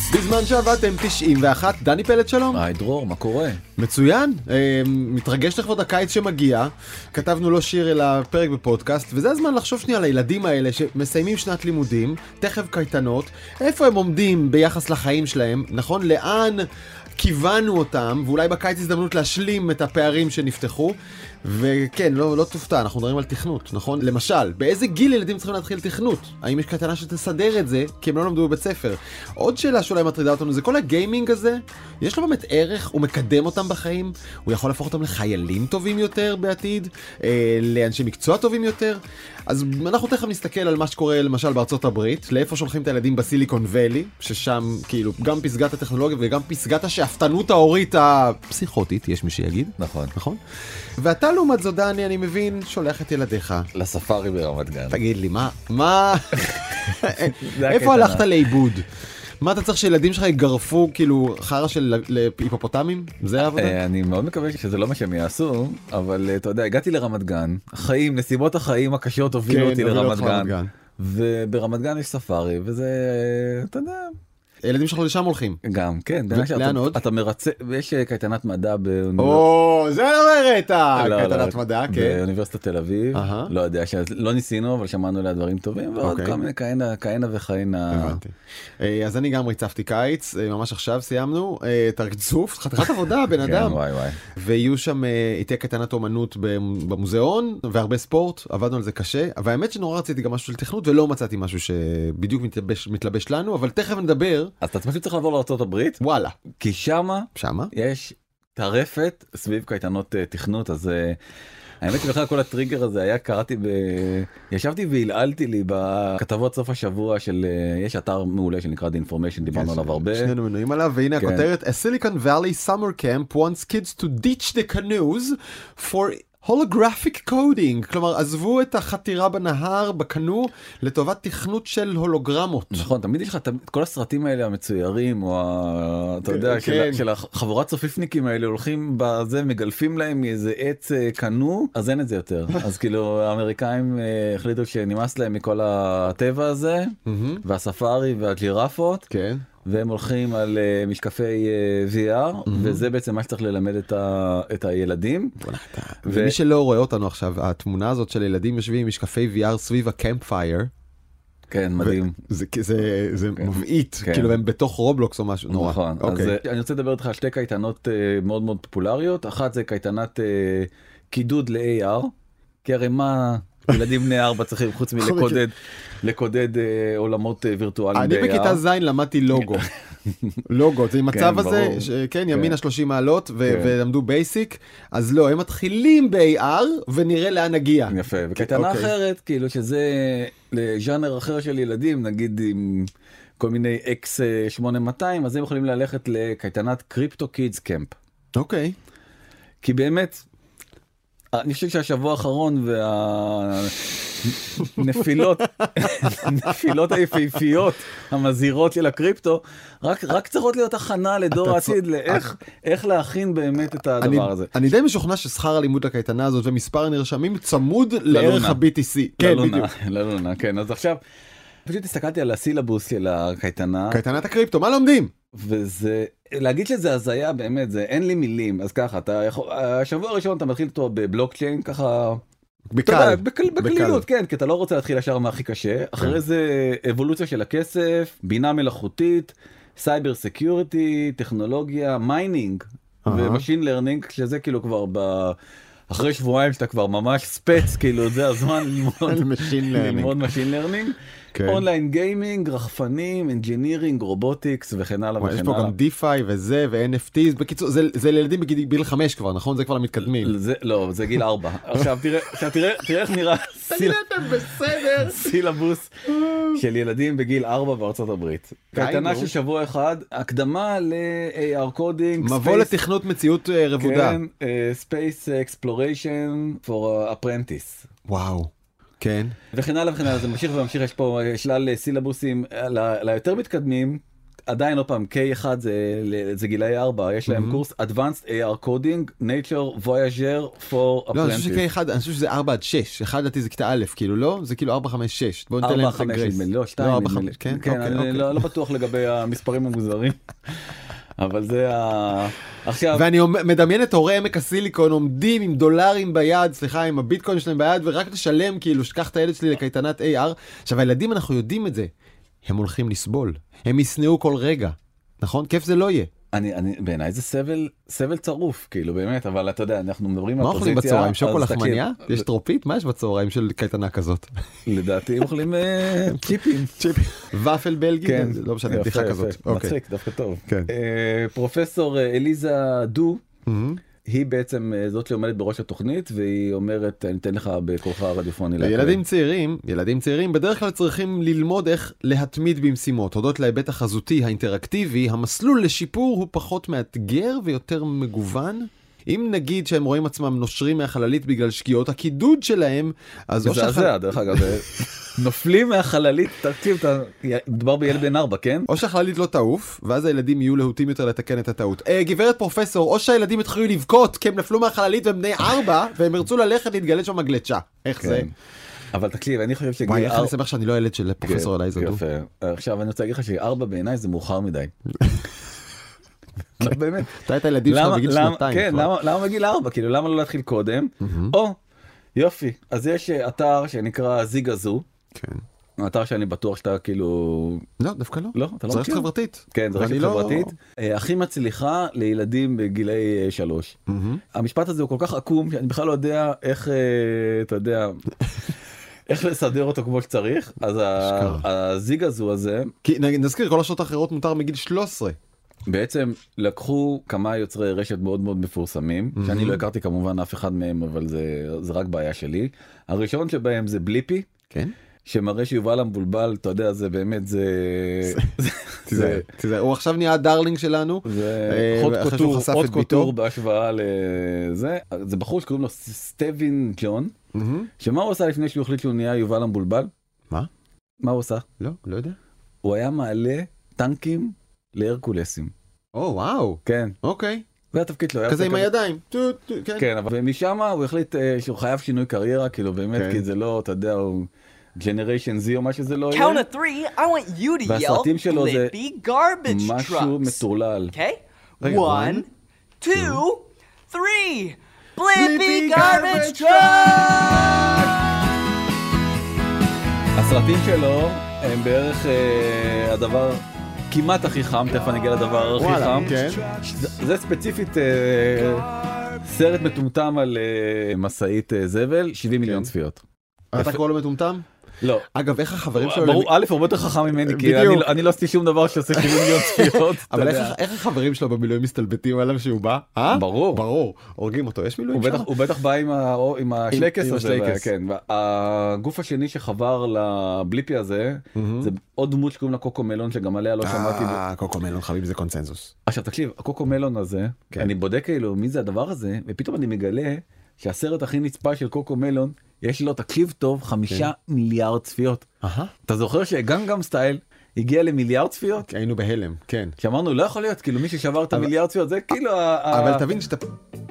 בזמן שעבדתם 91, דני פלט שלום. היי דרור, מה קורה? מצוין, מתרגש לכבוד הקיץ שמגיע, כתבנו לא שיר אלא פרק בפודקאסט, וזה הזמן לחשוב שנייה על הילדים האלה שמסיימים שנת לימודים, תכף קייטנות, איפה הם עומדים ביחס לחיים שלהם, נכון? לאן כיוונו אותם, ואולי בקיץ הזדמנות להשלים את הפערים שנפתחו, וכן, לא תופתע, אנחנו מדברים על תכנות, נכון? למשל, באיזה גיל ילדים צריכים להתחיל תכנות? האם יש קייטנה שתסדר את זה, כי הם לא למדו בבית ספר? עוד שאלה שאולי מטרידה אותנו, זה כל הגיימינג הזה, יש לו באמת ערך, הוא מקדם אותם בחיים, הוא יכול להפוך אותם לחיילים טובים יותר בעתיד, לאנשי מקצוע טובים יותר, אז אנחנו תכף נסתכל על מה שקורה למשל בארצות הברית, לאיפה שולחים את הילדים בסיליקון ואלי, ששם כאילו גם פסגת הטכנולוגיה וגם פסגת השאפתנות ההורית הפסיכוטית, יש מי שיגיד. נכון. ואתה לעומת זאת, דני, אני מבין, שולח את ילדיך. לספארי ברמת גן. תגיד לי, מה? איפה הלכת לאיבוד? מה אתה צריך שילדים שלך יגרפו כאילו חרא של היפופוטמים? זה העבודה? אני מאוד מקווה שזה לא מה שהם יעשו, אבל אתה יודע, הגעתי לרמת גן, נסיבות החיים הקשות הובילו אותי לרמת גן, וברמת גן יש ספארי, וזה, אתה יודע... הילדים שלך לשם הולכים. גם, כן. לאן עוד? אתה מרצה, ויש קייטנת מדע זה לא הראית, קייטנת מדע, כן. באוניברסיטת תל אביב, לא יודע, לא ניסינו, אבל שמענו עליה דברים טובים, ועוד כל מיני כהנה וכהנה. הבנתי. אז אני גם ריצפתי קיץ, ממש עכשיו סיימנו, תרצוף, חתיכת עבודה, בן אדם. וואי. ויהיו שם איתי קייטנת אומנות במוזיאון, והרבה ספורט, עבדנו על זה קשה, אבל האמת שנורא רציתי גם משהו של תכנות, ולא מצאתי משהו שבדיוק מתלבש לנו, אבל תכף נדבר. אז אתה פשוט צריך לעבור לארצות הברית. וואלה. כי שמה יש טרפת סביב קייטנות תכנות, אז האמת שבכלל כל הטריגר הזה היה, ישבתי והלעלתי לי בכתבות סוף השבוע של, יש אתר מעולה שנקרא The Information, דיברנו עליו הרבה. שנינו מנויים עליו, והנה הכותרת, A Silicon Valley summer camp wants kids to ditch the canoes for holographic coding, כלומר עזבו את החתירה בנהר, בקנו, לטובת תכנות של הולוגרמות. נכון, תמיד יש לך את כל הסרטים האלה המצוירים, או אתה יודע, של החבורת צופיפניקים האלה, הולכים בזה, מגלפים להם מאיזה עץ קנו, אז אין את זה יותר. אז כאילו האמריקאים החליטו שנמאס להם מכל הטבע הזה, והספארי והג'ירפות. כן. והם הולכים על משקפי VR, וזה בעצם מה שצריך ללמד את הילדים. ומי שלא רואה אותנו עכשיו, התמונה הזאת של ילדים יושבים עם משקפי VR סביב הקמפפייר. כן, מדהים. זה מבעית, כאילו הם בתוך רובלוקס או משהו נורא. נכון, אז אני רוצה לדבר איתך על שתי קייטנות מאוד מאוד פופולריות. אחת זה קייטנת קידוד ל-AR, כי הרי מה... ילדים בני 4 צריכים חוץ מלקודד עולמות וירטואליים. אני בכיתה ז' למדתי לוגו, זה עם מצב הזה, כן, ימינה 30 מעלות ולמדו בייסיק, אז לא, הם מתחילים ב-AR ונראה לאן נגיע. יפה, וקייטנה אחרת, כאילו שזה לז'אנר אחר של ילדים, נגיד עם כל מיני X8200, אז הם יכולים ללכת לקייטנת קריפטו קידס קמפ. אוקיי. כי באמת, אני חושב שהשבוע האחרון והנפילות היפהפיות המזהירות של הקריפטו, רק צריכות להיות הכנה לדור העתיד, לאיך להכין באמת את הדבר הזה. אני די משוכנע ששכר הלימוד לקייטנה הזאת ומספר הנרשמים צמוד לערך ה-BTC. כן, בדיוק. ללונה, כן. אז עכשיו, פשוט הסתכלתי על הסילבוס של הקייטנה. קייטנת הקריפטו, מה לומדים? וזה, להגיד שזה הזיה באמת, זה אין לי מילים, אז ככה, השבוע הראשון אתה מתחיל אותו בבלוקצ'יין, ככה, בקלילות, כן, כי אתה לא רוצה להתחיל ישר מהכי קשה, אחרי זה אבולוציה של הכסף, בינה מלאכותית, סייבר סקיוריטי, טכנולוגיה, מיינינג, ומשין לרנינג, שזה כאילו כבר אחרי שבועיים שאתה כבר ממש ספץ, כאילו זה הזמן ללמוד משין לרנינג. אונליין גיימינג, רחפנים, אנג'ינירינג, רובוטיקס וכן הלאה וכן הלאה. יש פה גם דיפיי וזה ו-NFTs, בקיצור, זה לילדים בגיל 5 כבר, נכון? זה כבר מתקדמים. לא, זה גיל 4. עכשיו תראה איך נראה סילבוס של ילדים בגיל 4 בארצות הברית. קייטנה של שבוע אחד, הקדמה ל-AR קודינג. מבוא לתכנות מציאות רבודה. כן, Space Exploration for Apprentice. וואו. כן. וכן הלאה וכן הלאה, זה ממשיך וממשיך, יש פה שלל סילבוסים ליותר מתקדמים, עדיין לא פעם, K1 זה גילאי 4, יש להם קורס Advanced AR Coding, Nature Voyager for Apprentice. לא, אני חושב ש-K1, אני חושב שזה 4 עד 6, 1 לדעתי זה כיתה א', כאילו לא, זה כאילו 4, 5, 6. בוא ניתן להם את הגרייס. 4, 5, לא, 2, 4, 5, כן, כן, אני לא בטוח לגבי המספרים המוזרים. אבל זה עכשיו... ואני מדמיין את הורי עמק הסיליקון עומדים עם דולרים ביד, סליחה, עם הביטקוין שלהם ביד, ורק לשלם כאילו שכח את הילד שלי לקייטנת AR. עכשיו הילדים אנחנו יודעים את זה, הם הולכים לסבול, הם יסנעו כל רגע, נכון? כיף זה לא יהיה. בעיניי זה סבל צרוף, כאילו באמת, אבל אתה יודע, אנחנו מדברים על פוזיציה... מה אוכלים בצהריים? שוקו לחמניה? יש טרופית? מה יש בצהריים של קייטנה כזאת? לדעתי הם אוכלים צ'יפים. ופל בלגי? כן. לא משנה, בדיחה כזאת. מצחיק, דווקא טוב. פרופסור אליזה דו, היא בעצם זאת שעומדת בראש התוכנית, והיא אומרת, אני אתן לך בקולך הרדיופוני. ילדים צעירים בדרך כלל צריכים ללמוד איך להתמיד במשימות. הודות להיבט החזותי האינטראקטיבי, המסלול לשיפור הוא פחות מאתגר ויותר מגוון. אם נגיד שהם רואים עצמם נושרים מהחללית בגלל שגיאות הקידוד שלהם, אז או זה, דרך אגב, נופלים מהחללית, תקשיב, מדובר בילד בן 4, כן? או שהחללית לא תעוף, ואז הילדים יהיו להוטים יותר לתקן את הטעות. גברת פרופסור, או שהילדים התחילו לבכות, כי הם נפלו מהחללית והם בני 4, והם ירצו ללכת להתגלת שם הגלצ'ה. איך זה? אבל תקשיב, אני חושב שגיל... וואי, איך אני שמח שאני לא ילד של פרופסור אליזה דו. יפה. עכשיו אני רוצה להגיד לך ש4 בעיניי זה מאוחר מדי. באמת. אתה את הילדים שלך בגיל 2. כן, למה בגיל 4? כאילו, למה לא להתחיל קודם? או, יופי, אז יש אתר שנקרא זיגזו. כן. אתר שאני בטוח שאתה כאילו... לא, דווקא לא. לא, אתה לא מכיר? זה רשת חברתית. כן, זה רשת חברתית. הכי מצליחה לילדים בגילי 3. המשפט הזה הוא כל כך עקום, שאני בכלל לא יודע איך, אתה יודע... איך לסדר אותו כמו שצריך. אז הזיגזו הזה... כי נזכיר, כל השעות האחרות מותר מגיל 13. בעצם לקחו כמה יוצרי רשת מאוד מאוד מפורסמים, שאני לא הכרתי כמובן אף אחד מהם, אבל זה רק בעיה שלי. הראשון שבהם זה בליפי, כן? שמראה שיובל המבולבל, אתה יודע, זה באמת, הוא עכשיו נהיה הדרלינג שלנו. זה עוד קוטור בהשוואה לזה. זה בחור שקוראים לו סטבין ג'ון, שמה הוא עושה לפני שהוא החליט שהוא נהיה יובל המבולבל? מה הוא עושה? לא יודע. הוא היה מעלה טנקים להרקולסים. וואו. כן. אוקיי. זה התפקיד שלו. כזה עם הידיים. כן, אבל משם הוא החליט שהוא חייב שינוי קריירה, כאילו באמת, כי זה לא, אתה יודע, הוא ג'נריישן Z או מה שזה לא יהיה. Count of 3, I want you to yell, Blippi garbage trucks. משהו מטורלל. Okay? 1, 2, 3, Blippi garbage trucks! הסרטים שלו הם בערך הדבר... כמעט הכי חם, תכף אני אגיע לדבר הכי חם. זה ספציפית סרט מטומטם על מסעית זבל, 70 מיליון צפיות. אתה קורא לו מטומטם? לא. אגב, איך החברים שלו... ברור, א', הרבה יותר חכם ממני, כי אני לא עשיתי שום דבר שעושה 70 מיליון צפיות. אבל איך החברים שלו במילואים מסתלבטים עליו שהוא בא? ברור. הורגים אותו, יש מילואים שם? הוא בטח בא עם השלקס הזה. הגוף השני שחבר לבליפי הזה, זה עוד דמות שקוראים לה קוקו מלון, שגם עליה לא שמעתי. קוקו מלון, חביב, זה קונצנזוס. עכשיו, תקשיב, הקוקו מלון הזה, אני בודק כאילו מי זה הדבר הזה, ופתאום אני מגלה שהסרט הכי נצפה של קוקו מלון, יש לו, תקשיב טוב, 5 מיליארד צפיות. אתה זוכר שגנגנם סטייל הגיע למיליארד צפיות? היינו בהלם, כן. שאמרנו, לא יכול להיות, כאילו מי ששבר את המיליארד צפיות, זה כאילו... אבל תבין שאתה...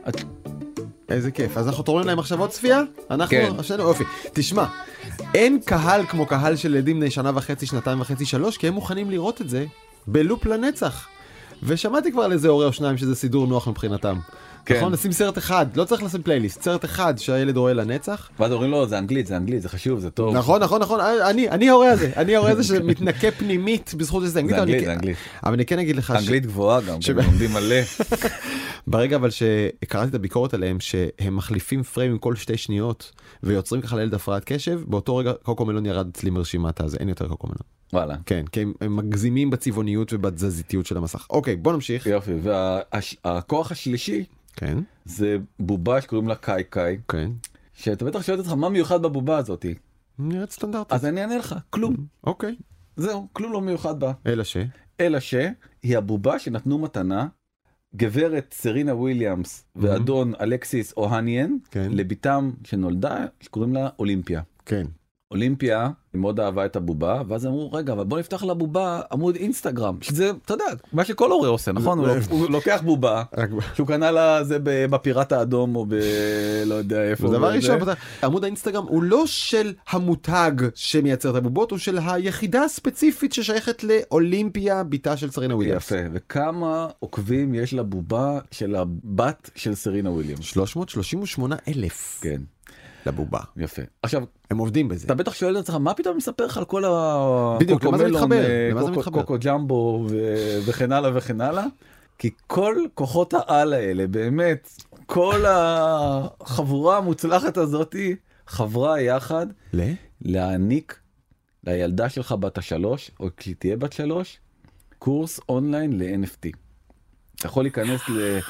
איזה כיף. אז אנחנו תורמים להם עכשיו עוד צפייה? אנחנו... אופי. תשמע, אין קהל כמו קהל של ילדים בני 1.5, 2.5, 3, כי הם מוכנים לראות את זה בלופ לנצח. ושמעתי כבר על איזה הורה או שניים שזה סידור נוח מבחינתם. נכון, נשים סרט אחד, לא צריך לשים פלייליסט, סרט אחד שהילד רואה לנצח. ואז אומרים לו, זה אנגלית, זה חשוב, זה טוב. נכון, אני ההורה הזה שמתנקה פנימית בזכות שזה אנגלית. זה אנגלית. אבל אני כן אגיד לך אנגלית גבוהה גם, הם לומדים מלא. ברגע אבל שקראתי את הביקורת עליהם, שהם מחליפים פריים כל 2 שניות, ויוצרים ככה לילד הפרעת קשב, באותו רגע קוקו מלון ירד אצלי מרשימת הזה, אין יותר קוקו מלון. וואלה. כן, כי הם מגזימים בצבעוניות ובתזזיתיות של המסך. אוקיי, בוא נמשיך. יופי, והכוח השלישי, כן. זה בובה שקוראים לה קאי קאי. כן. שאתה בטח שואלת אותך, מה מיוחד בבובה הזאת? נראית סטנדרטית. אז אני אענה לך, כלום. אוקיי. זהו, כלום לא מיוחד בה. אלא היא הבובה שנתנו מתנה, גברת סרינה וויליאמס ואדון אלכסיס אוהניאן, לביתם שנולדה, שקוראים לה אולימפיה. כן. אולימפיה, היא מאוד אהבה את הבובה, ואז אמרו, רגע, אבל בוא נפתח לבובה עמוד אינסטגרם, שזה, אתה יודע, מה שכל הורה עושה, נכון? הוא לוקח בובה, שהוא קנה לה זה בפיראט האדום, או לא יודע איפה. דבר ראשון, עמוד האינסטגרם הוא לא של המותג שמייצר את הבובות, הוא של היחידה הספציפית ששייכת לאולימפיה, ביתה של סרינה וויליאמס. יפה, וכמה עוקבים יש לבובה של הבת של סרינה וויליאמס? 338,000. כן. לבובה. יפה. עכשיו, הם עובדים בזה. אתה בטח שואל את עצמך, מה פתאום מספר לך על כל בדיוק, למה זה מתחבר? קוקו ג'מבו וכן הלאה וכן הלאה? כי כל כוחות העל האלה, באמת, כל החבורה המוצלחת הזאת, חברה יחד, להעניק לילדה שלך בת 3, או כשהיא תהיה בת 3, קורס אונליין ל-NFT. אתה יכול להיכנס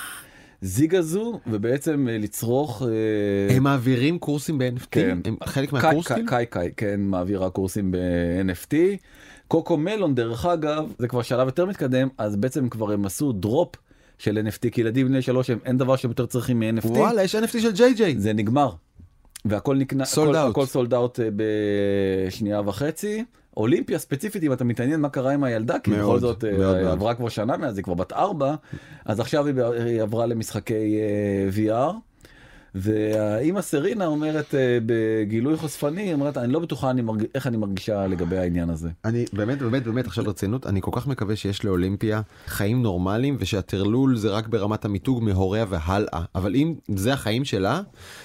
זיגזו ובעצם לצרוך. הם מעבירים קורסים ב-NFT? כן. הם חלק מהקורסים? קאי, כן, מעבירה קורסים ב-NFT. קוקו מלון, דרך אגב, זה כבר שלב יותר מתקדם, אז בעצם כבר הם עשו דרופ של NFT, כי ילדים בני 3 אין דבר שהם יותר צריכים מ-NFT. וואלה, יש NFT של JJ. זה נגמר. והכל נקנה, הכל סולד אאוט בשנייה וחצי. אולימפיה ספציפית, אם אתה מתעניין מה קרה עם הילדה, כי בכל זאת עברה כבר שנה מאז, היא כבר בת 4, אז עכשיו היא עברה למשחקי VR, והאמא סרינה אומרת בגילוי חושפני, היא אומרת, אני לא בטוחה איך אני מרגישה לגבי העניין הזה. אני באמת עכשיו רצינות, אני כל כך מקווה שיש לאולימפיה חיים נורמליים, ושהטרלול זה רק ברמת המיתוג מהוריה והלאה, אבל אם זה החיים שלה,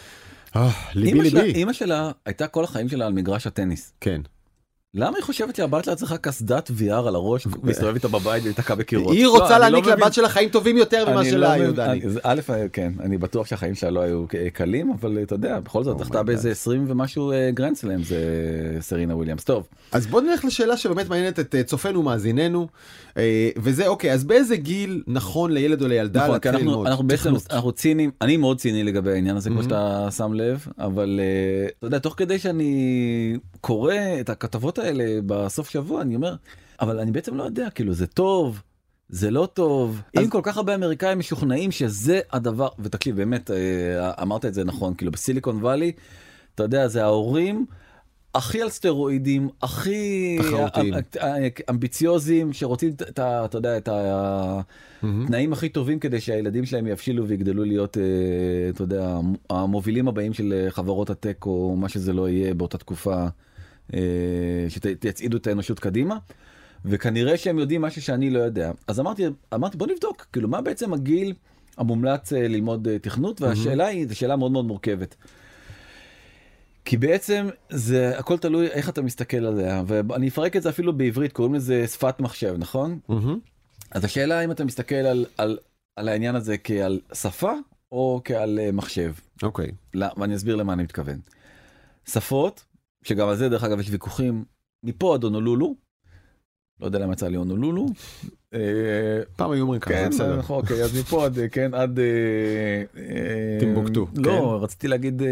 ליבי. אמא שלה הייתה כל החיים שלה על מגרש הטניס. כן. למה היא חושבת שהבת לה צריכה קסדת VR על הראש והסתובב איתה בבית ולהתקע בקירות? היא רוצה להעניק לבת שלה חיים טובים יותר ממה שלה היו, דני. א', כן, אני בטוח שהחיים שלה לא היו קלים, אבל אתה יודע, בכל זאת, דחתה באיזה 20 ומשהו גרנד סלאם, זה סרינה וויליאמס. טוב. אז בוא נלך לשאלה שבאמת מעניינת את צופנו מאזיננו, וזה אוקיי, אז באיזה גיל נכון לילד או לילדה להתחיל ללמוד? אנחנו בעצם, אנחנו ציניים, אני מאוד ציני לגבי העניין הזה, כמו שאתה שם לב, אבל אתה יודע, תוך כדי שאני קורא את הכתבות האלה בסוף שבוע, אני אומר, אבל אני בעצם לא יודע, כאילו, זה טוב, זה לא טוב. אם כל כך הרבה אמריקאים משוכנעים שזה הדבר, ותקשיב, באמת, אמרת את זה נכון, כאילו, בסיליקון ואלי, אתה יודע, זה ההורים הכי על סטרואידים, הכי אמביציוזים, שרוצים, אתה יודע, את התנאים הכי טובים כדי שהילדים שלהם יבשילו ויגדלו להיות, אתה יודע, המובילים הבאים של חברות הטק, או מה שזה לא יהיה באותה תקופה, שתצעידו את האנושות קדימה, וכנראה שהם יודעים משהו שאני לא יודע. אז אמרתי בוא נבדוק, כאילו מה בעצם הגיל המומלץ ללמוד תכנות, והשאלה היא, זו שאלה מאוד מאוד מורכבת. כי בעצם זה הכל תלוי איך אתה מסתכל עליה, ואני אפרק את זה אפילו בעברית, קוראים לזה שפת מחשב, נכון? אז השאלה אם אתה מסתכל על העניין הזה כעל שפה, או כעל מחשב. אוקיי. ואני אסביר למה אני מתכוון. שפות, שגם על זה דרך אגב יש ויכוחים, מפה עד הונולולו, לא יודע למה יצא לי הונולולו. פעם היו אומרים ככה, בסדר. אוקיי, אז מפה עד, כן, עד... טימבוקטו. לא, רציתי להגיד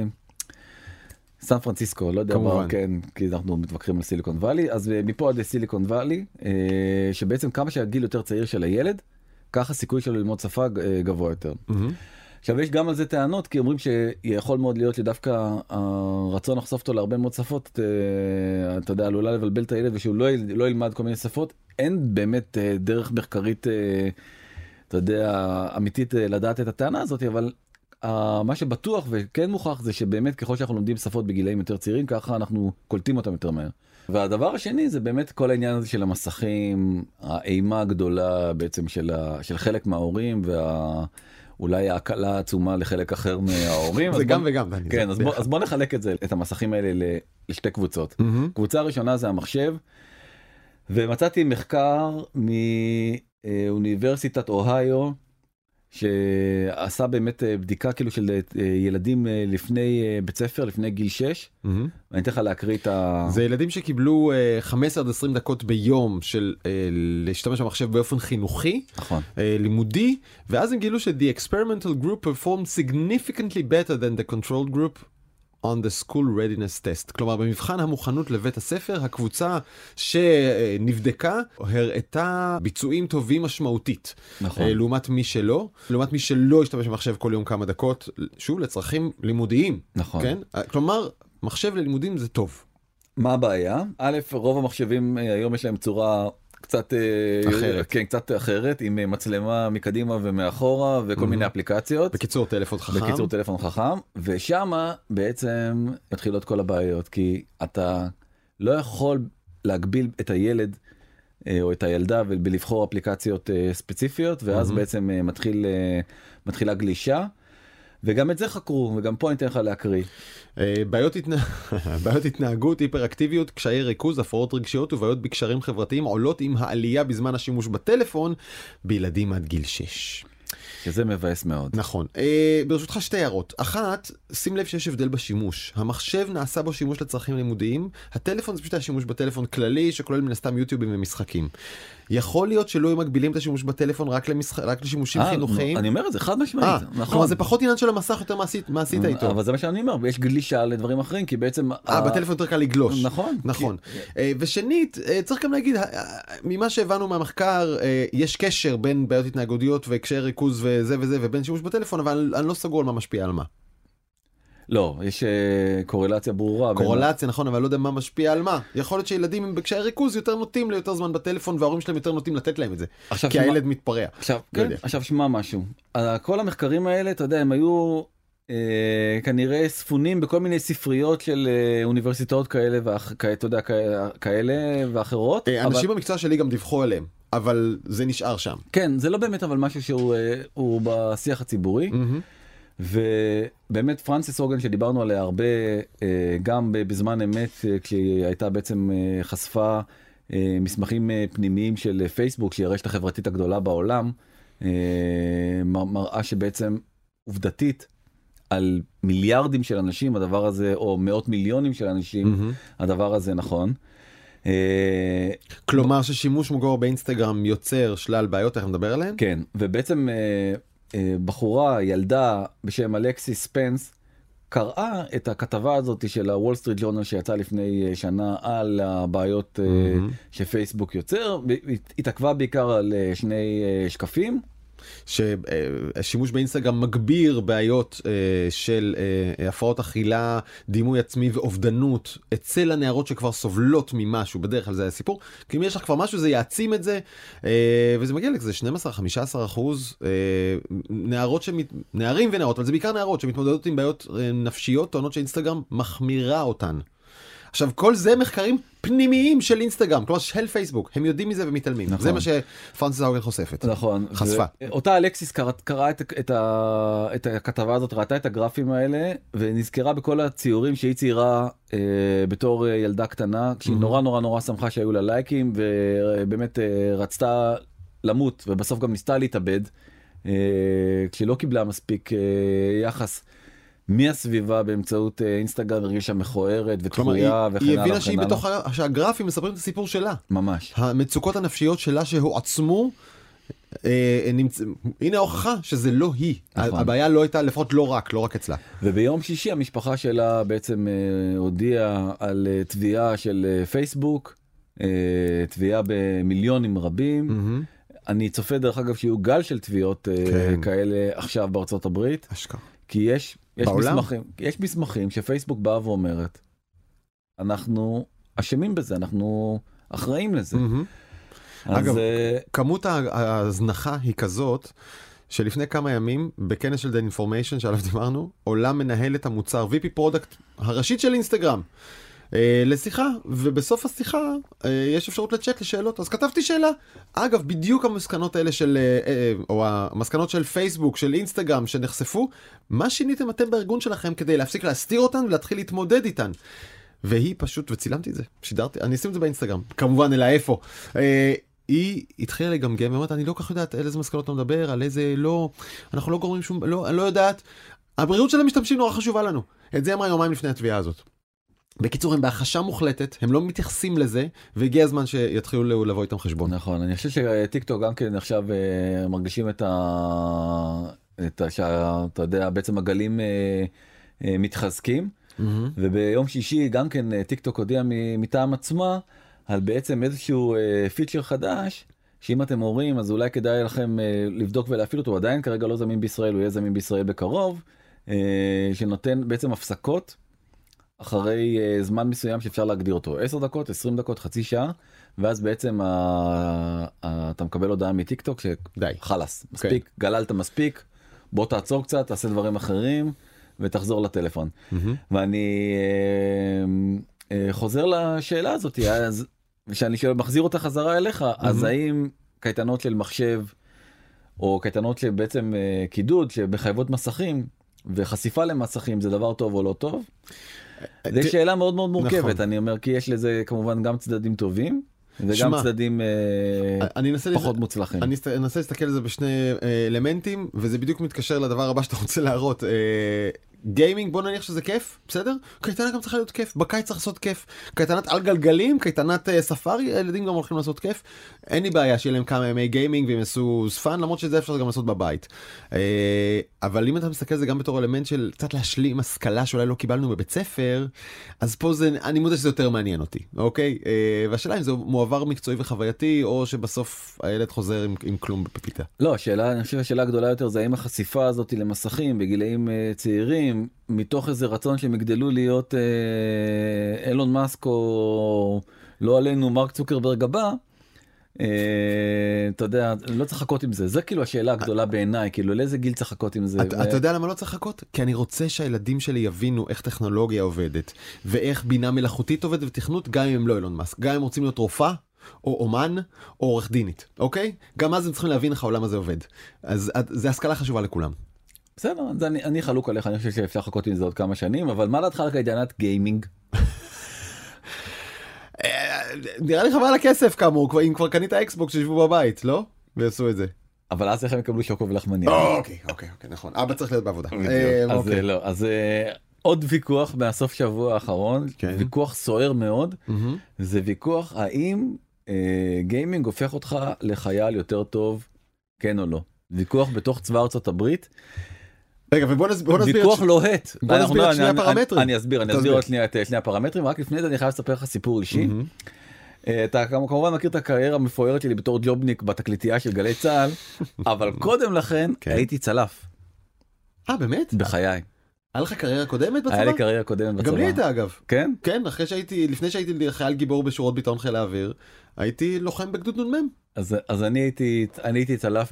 סן פרנסיסקו, לא יודע מה, כן, כי אנחנו מתווכחים על סיליקון ואלי, אז מפה עד סיליקון ואלי, שבעצם כמה שהגיל יותר צעיר של הילד, ככה הסיכוי שלו ללמוד שפה גבוה יותר. עכשיו יש גם על זה טענות, כי אומרים שיכול מאוד להיות שדווקא הרצון לחשוף אותו להרבה מאוד שפות, אתה יודע, עלולה לבלבל את הילד ושהוא לא ילמד כל מיני שפות. אין באמת דרך מחקרית, אתה יודע, אמיתית לדעת את הטענה הזאת, אבל מה שבטוח וכן מוכח זה שבאמת ככל שאנחנו לומדים שפות בגילאים יותר צעירים, ככה אנחנו קולטים אותם יותר מהר. והדבר השני זה באמת כל העניין הזה של המסכים, האימה הגדולה בעצם של חלק מההורים אולי ההקלה העצומה לחלק אחר מההורים. זה גם וגם. כן, אז בוא נחלק את המסכים האלה לשתי קבוצות. קבוצה הראשונה זה המחשב, ומצאתי מחקר מאוניברסיטת אוהיו, שעשה באמת בדיקה כאילו של ילדים לפני בית ספר, לפני גיל 6. ואני אתן לך להקריא את זה ילדים שקיבלו 15 עד 20 דקות ביום של להשתמש במחשב באופן חינוכי, לימודי, ואז הם גילו ש-the experimental group performed significantly better than the controlled group on the school readiness test. כלומר, במבחן המוכנות לבית הספר, הקבוצה שנבדקה הראתה ביצועים טובים משמעותית. נכון. לעומת מי שלא השתמש במחשב כל יום כמה דקות, שוב, לצרכים לימודיים. נכון. כן? כלומר, מחשב ללימודים זה טוב. מה הבעיה? א', רוב המחשבים היום יש להם צורה קצת אחרת, כן, קצת אחרת, עם מצלמה מקדימה ומאחורה וכל מיני אפליקציות. בקיצור טלפון חכם. ושמה בעצם מתחילות כל הבעיות, כי אתה לא יכול להגביל את הילד או את הילדה ולבחור אפליקציות ספציפיות, ואז בעצם מתחילה גלישה. וגם את זה חקרו, וגם פה אני אתן לך להקריא. בעיות התנהגות, היפראקטיביות, קשיי ריכוז, הפרעות רגשיות ובעיות בקשרים חברתיים עולות עם העלייה בזמן השימוש בטלפון בילדים עד גיל 6. שזה מבאס מאוד. נכון. ברשותך שתי הערות. אחת, שים לב שיש הבדל בשימוש. המחשב נעשה בו שימוש לצרכים לימודיים, הטלפון זה פשוט השימוש בטלפון כללי, שכולל מן הסתם יוטיובים ומשחקים. יכול להיות שלא הם מגבילים את השימוש בטלפון רק לשימושים חינוכיים. אני אומר את זה חד משמעית. נכון. כלומר זה פחות עניין של המסך, יותר מה עשית איתו. אבל זה מה שאני אומר, ויש גלישה לדברים אחרים, כי בעצם... בטלפון יותר קל לגלוש. נכון. ושנית, צריך גם להגיד, ממה שהבנו מהמחקר, יש קשר בין בעיות התנהגותיות וקשיי ריכוז וזה וזה, ובין שימוש בטלפון, אבל אני לא סגור על מה משפיע על מה. לא, יש קורלציה ברורה. קורלציה, נכון, אבל לא יודע מה משפיע על מה. יכול להיות שילדים עם בקשיי ריכוז יותר נוטים ליותר זמן בטלפון, וההורים שלהם יותר נוטים לתת להם את זה. כי הילד מתפרע. עכשיו שמע משהו. כל המחקרים האלה, אתה יודע, הם היו כנראה ספונים בכל מיני ספריות של אוניברסיטאות כאלה ואחרות. אנשים במקצוע שלי גם דיווחו עליהם, אבל זה נשאר שם. כן, זה לא באמת אבל משהו שהוא בשיח הציבורי. ובאמת פרנסיס הוגן שדיברנו עליה הרבה, גם בזמן אמת, כשהיא הייתה בעצם חשפה מסמכים פנימיים של פייסבוק, שהיא הרשת החברתית הגדולה בעולם, מראה שבעצם עובדתית על מיליארדים של אנשים הדבר הזה, או מאות מיליונים של אנשים, הדבר הזה נכון. כלומר ששימוש מוגבר באינסטגרם יוצר שלל בעיות, איך נדבר עליהן? כן, ובעצם בחורה, ילדה בשם אלקסיס ספנס, קראה את הכתבה הזאת של הוול סטריט ג'ורנל שיצא לפני שנה על הבעיות שפייסבוק יוצר, התעכבה בעיקר על שני שקפים. ששימוש באינסטגרם מגביר בעיות של הפרעות אכילה, דימוי עצמי ואובדנות אצל הנערות שכבר סובלות ממשהו, בדרך כלל זה הסיפור, כי אם יש לך כבר משהו זה יעצים את זה, וזה מגיע לזה 12-15% נערים ונערות, אבל זה בעיקר נערות שמתמודדות עם בעיות נפשיות, טוענות שאינסטגרם מחמירה אותן. עכשיו, כל זה מחקרים פנימיים של אינסטגרם, כלומר של פייסבוק, הם יודעים מזה ומתעלמים. נכון. זה מה שפרנסיס הוגן חושפת. נכון. חשפה. אותה אלקסיס קראה את הכתבה הזאת, ראתה את הגרפים האלה, ונזכרה בכל הציורים שהיא ציירה בתור ילדה קטנה, כשהיא נורא שמחה שהיו לה לייקים, ובאמת רצתה למות, ובסוף גם ניסתה להתאבד, כשהיא לא קיבלה מספיק יחס מהסביבה באמצעות אינסטגרם, הרגישה מכוערת ותחויה וכן הלאה. היא הבינה שהיא בתוך, שהגרפים מספרים את הסיפור שלה. ממש. המצוקות הנפשיות שלה שהועצמו, הנה ההוכחה שזה לא היא. הבעיה לא הייתה, לפחות לא רק אצלה. וביום שישי המשפחה שלה בעצם הודיעה על תביעה של פייסבוק, תביעה במיליונים רבים. אני צופה דרך אגב שיהיו גל של תביעות כאלה עכשיו בארצות הברית. אשכרה. כי יש מסמכים שפייסבוק באה ואומרת, אנחנו אשמים בזה, אנחנו אחראים לזה. אגב, כמות ההזנחה היא כזאת, שלפני כמה ימים, בכנס של The Information שעליו דיברנו, עולה מנהלת המוצר VP פרודקט הראשית של אינסטגרם, לשיחה, ובסוף השיחה יש אפשרות לצ'אט לשאלות, אז כתבתי שאלה. אגב, בדיוק המסקנות האלה או המסקנות של פייסבוק, של אינסטגרם שנחשפו, מה שיניתם אתם בארגון שלכם כדי להפסיק להסתיר אותן ולהתחיל להתמודד איתן? והיא פשוט, וצילמתי את זה, שידרתי, אני אשים את זה באינסטגרם, כמובן אלא איפה. היא התחילה לגמגם, ואומרת, אני לא כך יודעת על איזה מסקנות אתה מדבר, על איזה לא, אנחנו לא גורמים שום, לא, אני לא יודעת. הבריאות של המשתמשים נורא חשובה לנו. את זה אמרה יומיים לפני התביעה הזאת. בקיצור, הם בהחשה מוחלטת, הם לא מתייחסים לזה, והגיע הזמן שיתחילו לבוא איתם חשבון. נכון, אני חושב שטיקטוק גם כן עכשיו מרגישים אתה יודע, בעצם הגלים מתחזקים, וביום שישי גם כן טיקטוק הודיע מטעם עצמה, על בעצם איזשהו פיצ'ר חדש, שאם אתם הורים, אז אולי כדאי לכם לבדוק ולהפעיל אותו, הוא עדיין כרגע לא זמין בישראל, הוא יהיה זמין בישראל בקרוב, שנותן בעצם הפסקות, אחרי זמן מסוים שאפשר להגדיר אותו, 10 דקות, 20 דקות, חצי שעה, ואז בעצם אתה מקבל הודעה מטיק טוק די. חלס, מספיק, גללת מספיק, בוא תעצור קצת, תעשה דברים אחרים, ותחזור לטלפון. ואני חוזר לשאלה הזאת, אז כשאני מחזיר אותה חזרה אליך, אז האם קייטנות של מחשב, או קייטנות שבעצם קידוד, שבחייבות מסכים, וחשיפה למסכים, זה דבר טוב או לא טוב? זו שאלה מאוד מאוד מורכבת, אני אומר, כי יש לזה כמובן גם צדדים טובים, וגם צדדים פחות מוצלחים. אני אנסה להסתכל על זה בשני אלמנטים, וזה בדיוק מתקשר לדבר הבא שאתה רוצה להראות. גיימינג, בוא נניח שזה כיף, בסדר? קייטנה גם צריכה להיות כיף, בקיץ צריך לעשות כיף. קייטנת על גלגלים, קייטנת ספארי, הילדים גם הולכים לעשות כיף. אין לי בעיה שיהיה להם כמה ימי גיימינג והם יעשו ספן, למרות שזה אפשר גם לעשות בבית. אבל אם אתה מסתכל על זה גם בתור אלמנט של קצת להשלים השכלה שאולי לא קיבלנו בבית ספר, אז פה אני מודה שזה יותר מעניין אותי, אוקיי? והשאלה אם זה מועבר מקצועי וחווייתי, או שבסוף הילד חוזר עם כלום בפיתה. לא, אני חושב שהשאלה הגדולה יותר זה האם החשיפה הזאת למסכים בגילאים צעירים, מתוך איזה רצון שהם יגדלו להיות אילון מאסק או לא עלינו מרק צוקרברג הבא, אתה יודע, לא צריך לחכות עם זה. זה כאילו השאלה הגדולה בעיניי, כאילו לאיזה גיל צריך לחכות עם זה. אתה יודע למה לא צריך לחכות? כי אני רוצה שהילדים שלי יבינו איך טכנולוגיה עובדת, ואיך בינה מלאכותית עובדת ותכנות, גם אם הם לא אילון מאסק. גם אם רוצים להיות רופאה, או אומן, או עורך דינית, אוקיי? גם אז הם צריכים להבין איך העולם הזה עובד. אז זה השכלה חשובה לכולם. בסדר, אני חלוק עליך, אני חושב שאפשר לחכות עם זה עוד כמה שנים, אבל מה דעתך על קייטנת גיימינג? נראה לי חבל על הכסף כאמור, אם כבר קנית אקסבוקס שישבו בבית, לא? ויעשו את זה. אבל אז איך הם יקבלו שוקו ולחמניה? אוקיי, נכון. אבא צריך להיות בעבודה. אז עוד ויכוח מהסוף שבוע האחרון, ויכוח סוער מאוד, זה ויכוח האם גיימינג הופך אותך לחייל יותר טוב, כן או לא. ויכוח בתוך צבא ארצות הברית. רגע, ובוא נסביר... ויכוח לוהט. בוא נסביר את שני הפרמטרים. אני אסביר עוד שנייה את שני הפרמטרים, רק לפני זה אני חייב לספר לך סיפור אישי. אתה כמובן מכיר את הקריירה המפוארת שלי בתור ג'ובניק בתקליטייה של גלי צהל, אבל קודם לכן הייתי צלף. באמת? בחיי. היה לך קריירה קודמת בצבא? היה לי קריירה קודמת בצבא. גם לי הייתה אגב. כן? כן, לפני שהייתי חייל גיבור בשורות ביטאון חיל האוויר, הייתי לוחם בגדוד נ"מ. אז אני הייתי צלף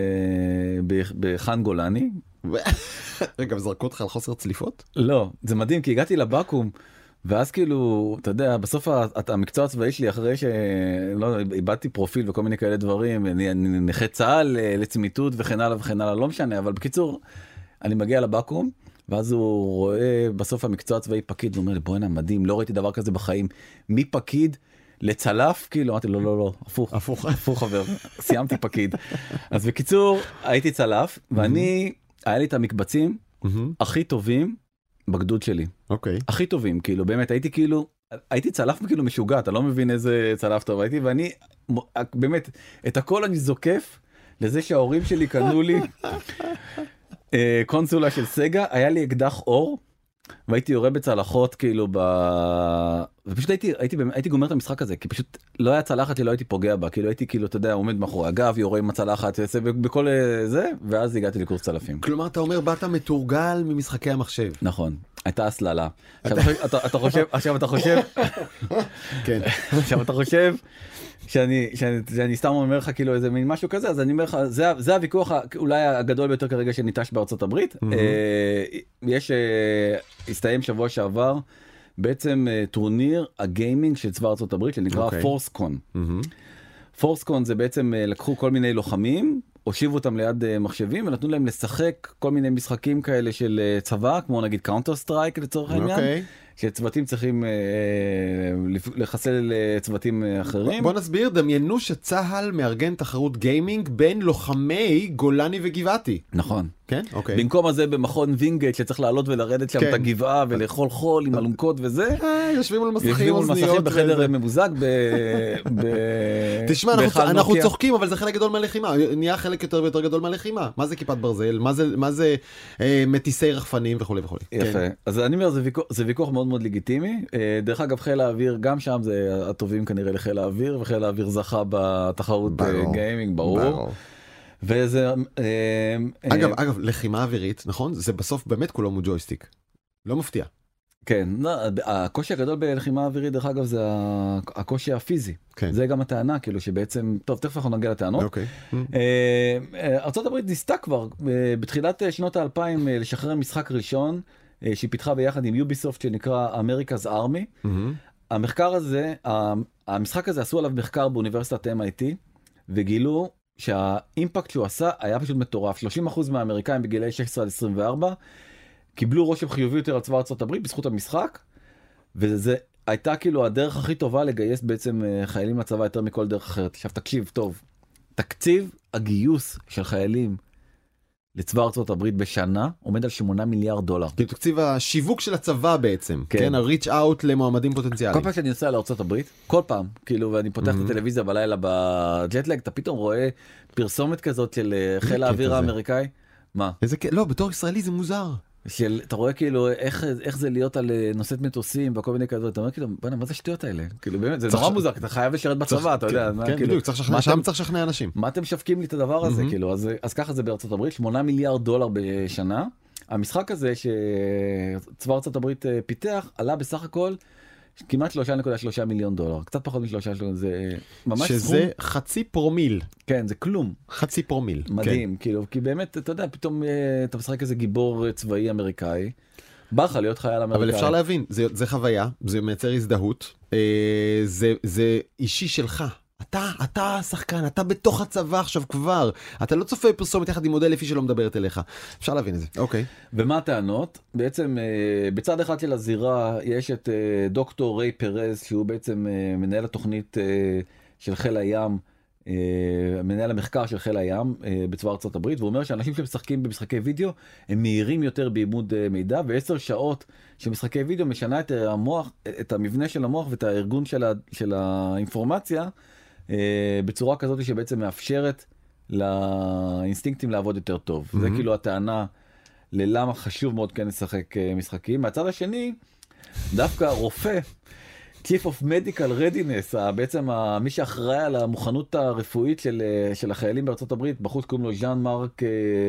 בחאן גולני. רגע, וזרקו אותך על חוסר צליפות? לא, זה מדהים, כי הגעתי לבקו"ם, ואז כאילו, אתה יודע, בסוף המקצוע הצבאי שלי, אחרי שלא, איבדתי פרופיל וכל מיני כאלה דברים, אני נכה צה"ל לצמיתות וכן הלאה וכן הלאה, לא משנה, אבל בקיצור, אני מגיע לבקו"ם, ואז הוא רואה בסוף המקצוע הצבאי פקיד, הוא אומר לי, בוא'נה, מדהים, לא ראיתי דבר כזה בחיים, מי פקיד לצלף? כאילו, אמרתי לו, לא, הפוך חבר, סיימתי פקיד. אז בקיצור, הייתי צלף, ואני, היה לי את המקבצים הכי טובים בגדוד שלי. אוקיי. הכי טובים, כאילו, באמת, הייתי צלף כאילו משוגע, אתה לא מבין איזה צלף טוב הייתי, ואני, באמת, את הכל אני זוקף לזה שההורים שלי קנו לי קונסולה של סגה, היה לי אקדח אור, והייתי יורה בצלחות כאילו ופשוט הייתי גומר את המשחק הזה, כי פשוט לא היה צלחת, לא הייתי פוגע בה, כאילו הייתי כאילו, אתה יודע, עומד מאחורי הגב, יורה עם הצלחת, בכל זה, ואז הגעתי לקורס צלפים. כלומר, אתה אומר, באת מתורגל ממשחקי המחשב. נכון, הייתה הסללה. עכשיו אתה חושב, כן. עכשיו אתה חושב, שאני סתם אומר לך כאילו איזה מין משהו כזה, אז אני אומר לך, זה הוויכוח אולי הגדול ביותר כרגע שניטש בארצות הברית. הסתיים שבוע שעבר, בעצם טורניר הגיימינג של צבא ארצות הברית, שנקרא פורסקון. פורסקון זה בעצם לקחו כל מיני לוחמים, הושיבו אותם ליד מחשבים, ונתנו להם לשחק כל מיני משחקים כאלה של צבא, כמו נגיד קאונטר סטרייק לצורך העניין. שצוותים צריכים לחסל צוותים אחרים. בוא נסביר, דמיינו שצהל מארגן תחרות גיימינג בין לוחמי גולני וגבעתי. נכון. כן? אוקיי. במקום הזה במכון וינגייט שצריך לעלות ולרדת שם את הגבעה ולאכול חול עם אלונקות וזה. יושבים על מסכים אוזניות. יושבים על מסכים בחדר ממוזג תשמע, אנחנו צוחקים, אבל זה חלק גדול מהלחימה. נהיה חלק יותר ויותר גדול מהלחימה. מה זה כיפת ברזל? מה זה מטיסי רחפנים וכו' וכו'. יפה. אז אני אומר, זה ויכוח מאוד מאוד לגיטימי. דרך אגב, חיל האוויר, גם שם זה הטובים כנראה לחיל האוויר, וחיל האוויר זכה בתחרות גיימינג, ברור. וזה... אגב, לחימה אווירית, נכון? זה בסוף באמת כולו ג'ויסטיק. לא מפתיע. כן, הקושי הגדול בלחימה אווירית דרך אגב זה הקושי הפיזי. זה גם הטענה כאילו שבעצם, טוב תכף אנחנו נגיע לטענות. ארצות הברית ניסתה כבר בתחילת שנות ה-2000 לשחרר משחק ראשון שהיא פיתחה ביחד עם יוביסופט שנקרא America's Army. המחקר הזה, המשחק הזה עשו עליו מחקר באוניברסיטת MIT וגילו שהאימפקט שהוא עשה היה פשוט מטורף. 30% מהאמריקאים בגילי 16 עד 24 קיבלו רושם חיובי יותר על צבא ארצות הברית בזכות המשחק, וזה הייתה כאילו הדרך הכי טובה לגייס בעצם חיילים לצבא יותר מכל דרך אחרת. עכשיו תקשיב טוב, תקציב הגיוס של חיילים לצבא ארצות הברית בשנה עומד על $8 מיליארד. כאילו תקציב השיווק של הצבא בעצם, כן, ה-reach out למועמדים פוטנציאליים. כל פעם שאני נוסע לארצות הברית, כל פעם, כאילו, ואני פותח את הטלוויזיה בלילה בג'טלג, אתה פתאום רואה פרסומת כזאת של חיל האוויר האמריקאי. מה? לא, בתור ישראלי זה מוזר. אתה רואה כאילו איך זה להיות על נושאת מטוסים וכל מיני כזאת, אתה אומר כאילו, בנה, מה זה השטויות האלה? כאילו באמת, זה נורא מוזר, אתה חייב לשרת בצבא, אתה יודע. כן, בדיוק, שם צריך לשכנע אנשים. מה אתם משווקים לי את הדבר הזה? כאילו, אז ככה זה בארצות הברית, $8 מיליארד בשנה. המשחק הזה שצבא ארצות הברית פיתח, עלה בסך הכל כמעט $3.3 מיליון, קצת פחות מ3, זה ממש סכום. שזה חצי פרומיל. כן, זה כלום. חצי פרומיל. מדהים, כאילו, כי באמת, אתה יודע, פתאום אתה משחק איזה גיבור צבאי אמריקאי, בא לך להיות חייל אמריקאי. אבל אפשר להבין, זה חוויה, זה מייצר הזדהות, זה אישי שלך. אתה שחקן, אתה בתוך הצבא עכשיו כבר, אתה לא צופה פרסומת יחד עם מודל לפי שלא מדברת אליך. אפשר להבין את זה, אוקיי. ומה הטענות? בעצם בצד אחד של הזירה יש את דוקטור ריי פרז, שהוא בעצם מנהל התוכנית של חיל הים, מנהל המחקר של חיל הים בצבא ארצות הברית, והוא אומר שאנשים שמשחקים במשחקי וידאו הם מהירים יותר בעיבוד מידע, ו10 שעות שמשחקי וידאו משנה את המוח, את המבנה של המוח ואת הארגון של האינפורמציה, בצורה כזאת שבעצם מאפשרת לאינסטינקטים לעבוד יותר טוב. זה כאילו הטענה ללמה חשוב מאוד כן לשחק משחקים. מהצד השני, דווקא רופא, Chief of Medical Readiness, בעצם מי שאחראי על המוכנות הרפואית של החיילים בארצות הברית, בחוץ קוראים לו ז'אן מרק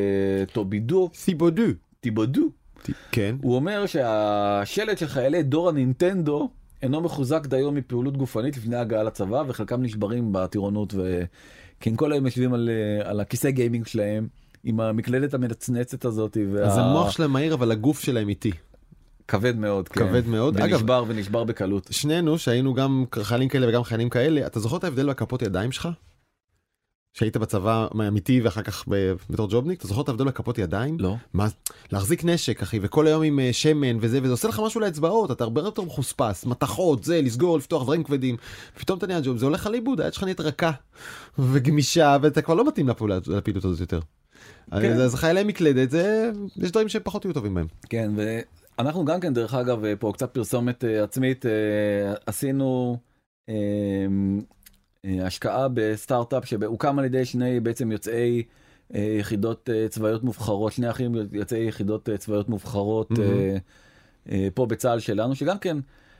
טיבודו. כן. הוא אומר שהשלט של חיילי דור הנינטנדו אינו מחוזק דיו מפעילות גופנית לפני הגעה לצבא, וחלקם נשברים בטירונות, וכן כל היום יושבים על הכיסא גיימינג שלהם, עם המקלדת המנצנצת הזאת. אז המוח שלהם מהיר, אבל הגוף שלהם איטי. כבד מאוד, כן. כבד מאוד. ונשבר בקלות. שנינו, שהיינו גם חיילים כאלה וגם חיילים כאלה, אתה זוכר את ההבדל בכפות ידיים שלך? שהיית בצבא אמיתי ואחר כך בתור ג'ובניק, אתה זוכר את ההבדל בכפות ידיים? לא. מה? להחזיק נשק, אחי, וכל היום עם שמן וזה עושה לך משהו לאצבעות, אתה הרבה יותר מחוספס, מתחות, זה, לסגור, לפתוח דברים כבדים. פתאום אתה נהיה ג'וב, זה הולך על איבוד, היד שלך נהיית רכה וגמישה, ואתה כבר לא מתאים לפעילות הזאת יותר. אז חיילי מקלדת, יש דברים שפחות יהיו טובים בהם. כן, אנחנו גם כן, דרך אגב, פה קצת פרסומת עצמית, עשינו השקעה בסטארט-אפ שהוקם על ידי שני בעצם יוצאי יחידות צבאיות מובחרות, שני אחים יוצאי יחידות צבאיות מובחרות פה בצה"ל שלנו, שגם כן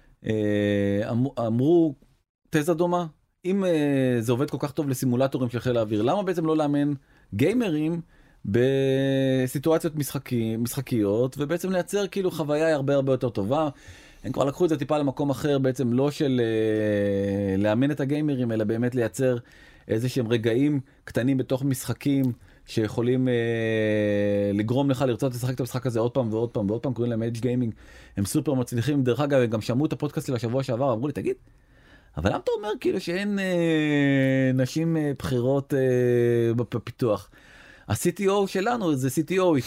אמרו תזה דומה, אם זה עובד כל כך טוב לסימולטורים של חיל האוויר, למה בעצם לא לאמן גיימרים בסיטואציות משחקיות, ובעצם לייצר כאילו חוויה הרבה הרבה יותר טובה. הם כבר לקחו את זה טיפה למקום אחר, בעצם לא של לאמן את הגיימרים, אלא באמת לייצר איזה שהם רגעים קטנים בתוך משחקים, שיכולים לגרום לך לרצות לשחק את המשחק הזה עוד פעם ועוד פעם ועוד פעם, קוראים להם אדג' גיימינג, הם סופר מצליחים. דרך אגב, הם גם שמעו את הפודקאסט של השבוע שעבר, אמרו לי, תגיד, אבל למה אתה אומר כאילו שאין נשים בחירות בפיתוח? ה-CTO שלנו זה CTO.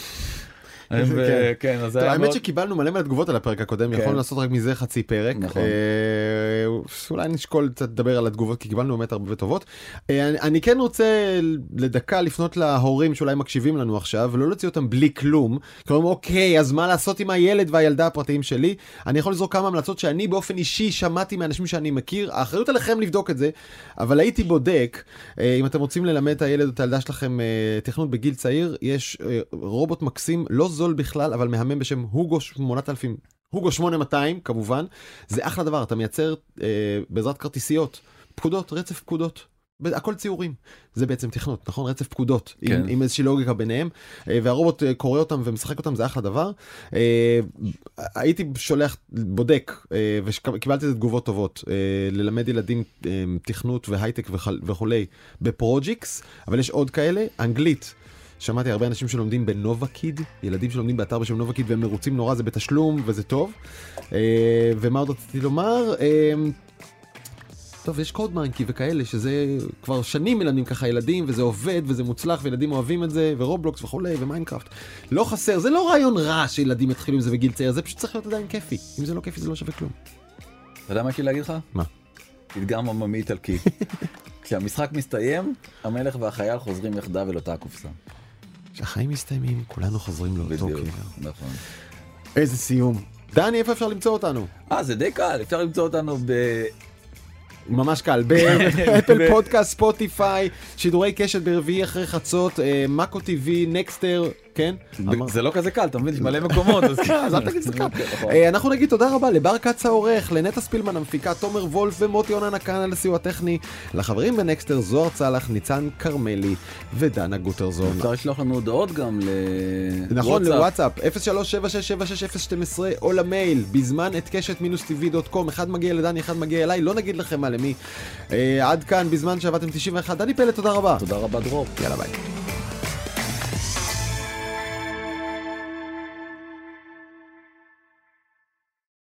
האמת שקיבלנו מלא תגובות על הפרק הקודם, יכולנו לעשות רק מזה חצי פרק, אולי נשקול קצת לדבר על התגובות, כי קיבלנו באמת הרבה טובות. אני כן רוצה לדקה לפנות להורים שאולי מקשיבים לנו עכשיו, ולא להוציא אותם בלי כלום, כלומר אוקיי, אז מה לעשות עם הילד והילדה הפרטיים שלי? אני יכול לזרוק כמה המלצות שאני באופן אישי שמעתי מאנשים שאני מכיר, האחריות עליכם לבדוק את זה, אבל הייתי בודק, אם אתם רוצים ללמד את הילד או את הילדה שלכם תכנות בגיל צעיר, יש רובוט מקסים, לא זול בכלל, אבל מהמם בשם הוגו 8000, הוגו 8200 כמובן, זה אחלה דבר, אתה מייצר בעזרת כרטיסיות, פקודות, רצף פקודות, הכל ציורים. זה בעצם תכנות, נכון? רצף פקודות, עם איזושהי לוגיקה ביניהם, והרובוט קורא אותם ומשחק אותם, זה אחלה דבר. הייתי שולח, בודק, וקיבלתי את תגובות טובות, ללמד ילדים תכנות והייטק וכולי, בפרוג'יקס, אבל יש עוד כאלה, אנגלית. שמעתי הרבה אנשים שלומדים בנובה קיד, ילדים שלומדים באתר בשם נובה קיד, והם מרוצים נורא, זה בתשלום, וזה טוב. ומה עוד רציתי לומר? טוב, יש קוד מנקי וכאלה, שזה כבר שנים מלמדים ככה ילדים, וזה עובד, וזה מוצלח, וילדים אוהבים את זה, ורובלוקס וכולי, ומיינקראפט. לא חסר, זה לא רעיון רע שילדים יתחילו עם זה בגיל צעיר, זה פשוט צריך להיות עדיין כיפי. אם זה לא כיפי, זה לא שווה כלום. אתה יודע מה שלי להגיד לך? מה? תדגם עממי איטלקי. כשהמשחק מסתיים, המלך והחייל חוזרים יחדיו אל אותה הקופסה. כשהחיים מסתיימים, כולנו חוזרים לאותו קבר. נכון. איזה סיום. דני, איפה אפשר למצוא אותנו? זה די קל, אפשר למצוא אותנו ממש קל, באפל פודקאסט, ספוטיפיי, שידורי קשת ברביעי אחרי חצות, מאקו טיווי, נקסטר, כן? זה לא כזה קל, אתה מבין, יש מלא מקומות. אז אל תגיד שזה קל. אנחנו נגיד תודה רבה לבר קץ העורך, לנטע ספילמן המפיקה, תומר וולף ומוטי אונן הקהן על הסיוע הטכני, לחברים בנקסטר זוהר צלח, ניצן קרמלי ודנה גוטרזון. אפשר לשלוח לנו הודעות גם נכון, לוואטסאפ, 03-7676012 או למייל, בזמן@קשת-tv.com, אחד מגיע לדני, אחד מגיע אליי, לא נגיד לכם מה למי. עד כאן, בזמן שעבדתם 91, דני פלד, תודה רבה. תודה רבה דרור. יאללה ביי.